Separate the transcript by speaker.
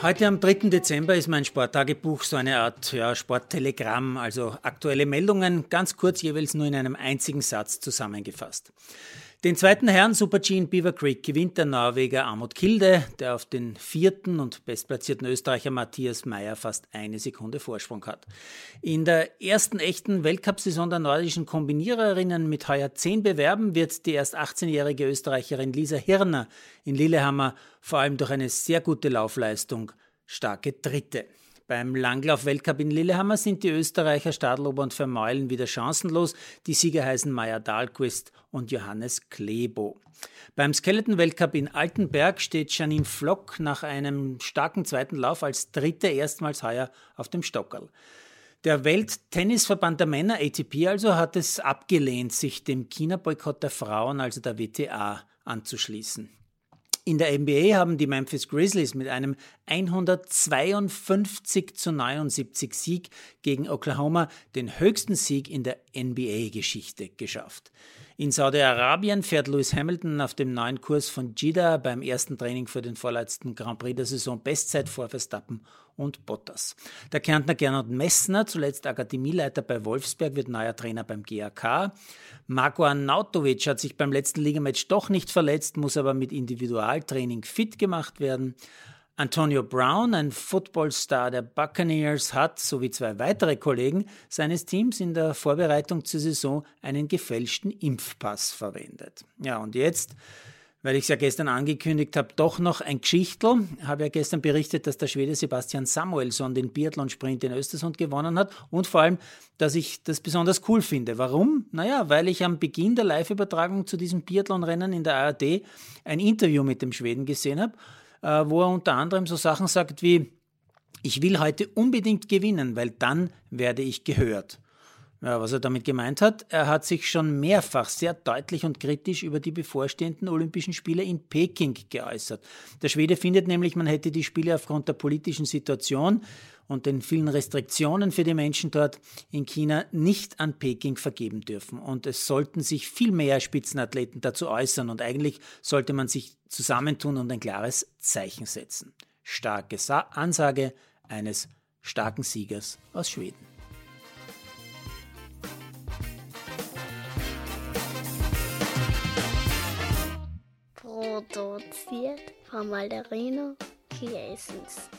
Speaker 1: Heute am 3. Dezember ist mein Sporttagebuch so eine Art Sporttelegramm, also aktuelle Meldungen, ganz kurz jeweils nur in einem einzigen Satz zusammengefasst. Den zweiten Herren Super-G in Beaver Creek gewinnt der Norweger Amund Kilde, der auf den vierten und bestplatzierten Österreicher Matthias Mayr fast eine Sekunde Vorsprung hat. In der ersten echten Weltcup-Saison der nordischen Kombiniererinnen mit heuer 10 Bewerben wird die erst 18-jährige Österreicherin Lisa Hirner in Lillehammer vor allem durch eine sehr gute Laufleistung starke Dritte. Beim Langlauf-Weltcup in Lillehammer sind die Österreicher Stadlober und Vermeulen wieder chancenlos. Die Sieger heißen Maja Dahlqvist und Johannes Klebo. Beim Skeleton-Weltcup in Altenberg steht Janine Flock nach einem starken zweiten Lauf als Dritte erstmals heuer auf dem Stockerl. Der Welttennisverband der Männer, ATP also, hat es abgelehnt, sich dem China-Boykott der Frauen, also der WTA, anzuschließen. In der NBA haben die Memphis Grizzlies mit einem 152-79 Sieg gegen Oklahoma den höchsten Sieg in der NBA-Geschichte geschafft. In Saudi-Arabien fährt Lewis Hamilton auf dem neuen Kurs von Jeddah beim ersten Training für den vorletzten Grand Prix der Saison Bestzeit vor Verstappen und Bottas. Der Kärntner Gernot Messner, zuletzt Akademieleiter bei Wolfsberg, wird neuer Trainer beim GAK. Marko Arnautovic hat sich beim letzten Ligamatch doch nicht verletzt, muss aber mit Individualtraining fit gemacht werden. Antonio Brown, ein Footballstar der Buccaneers, hat, sowie 2 weitere Kollegen seines Teams in der Vorbereitung zur Saison einen gefälschten Impfpass verwendet. Ja, und jetzt, weil ich es ja gestern angekündigt habe, doch noch ein Geschichtl. Ich habe ja gestern berichtet, dass der Schwede Sebastian Samuelsson den Biathlon-Sprint in Östersund gewonnen hat und vor allem, dass ich das besonders cool finde. Warum? Naja, weil ich am Beginn der Live-Übertragung zu diesem Biathlon-Rennen in der ARD ein Interview mit dem Schweden gesehen habe, wo er unter anderem so Sachen sagt wie: Ich will heute unbedingt gewinnen, weil dann werde ich gehört. Ja, was er damit gemeint hat, er hat sich schon mehrfach sehr deutlich und kritisch über die bevorstehenden Olympischen Spiele in Peking geäußert. Der Schwede findet nämlich, man hätte die Spiele aufgrund der politischen Situation und den vielen Restriktionen für die Menschen dort in China nicht an Peking vergeben dürfen. Und es sollten sich viel mehr Spitzenathleten dazu äußern und eigentlich sollte man sich zusammentun und ein klares Zeichen setzen. Starke Ansage eines starken Siegers aus Schweden.
Speaker 2: Produziert von Malderino Kiesens.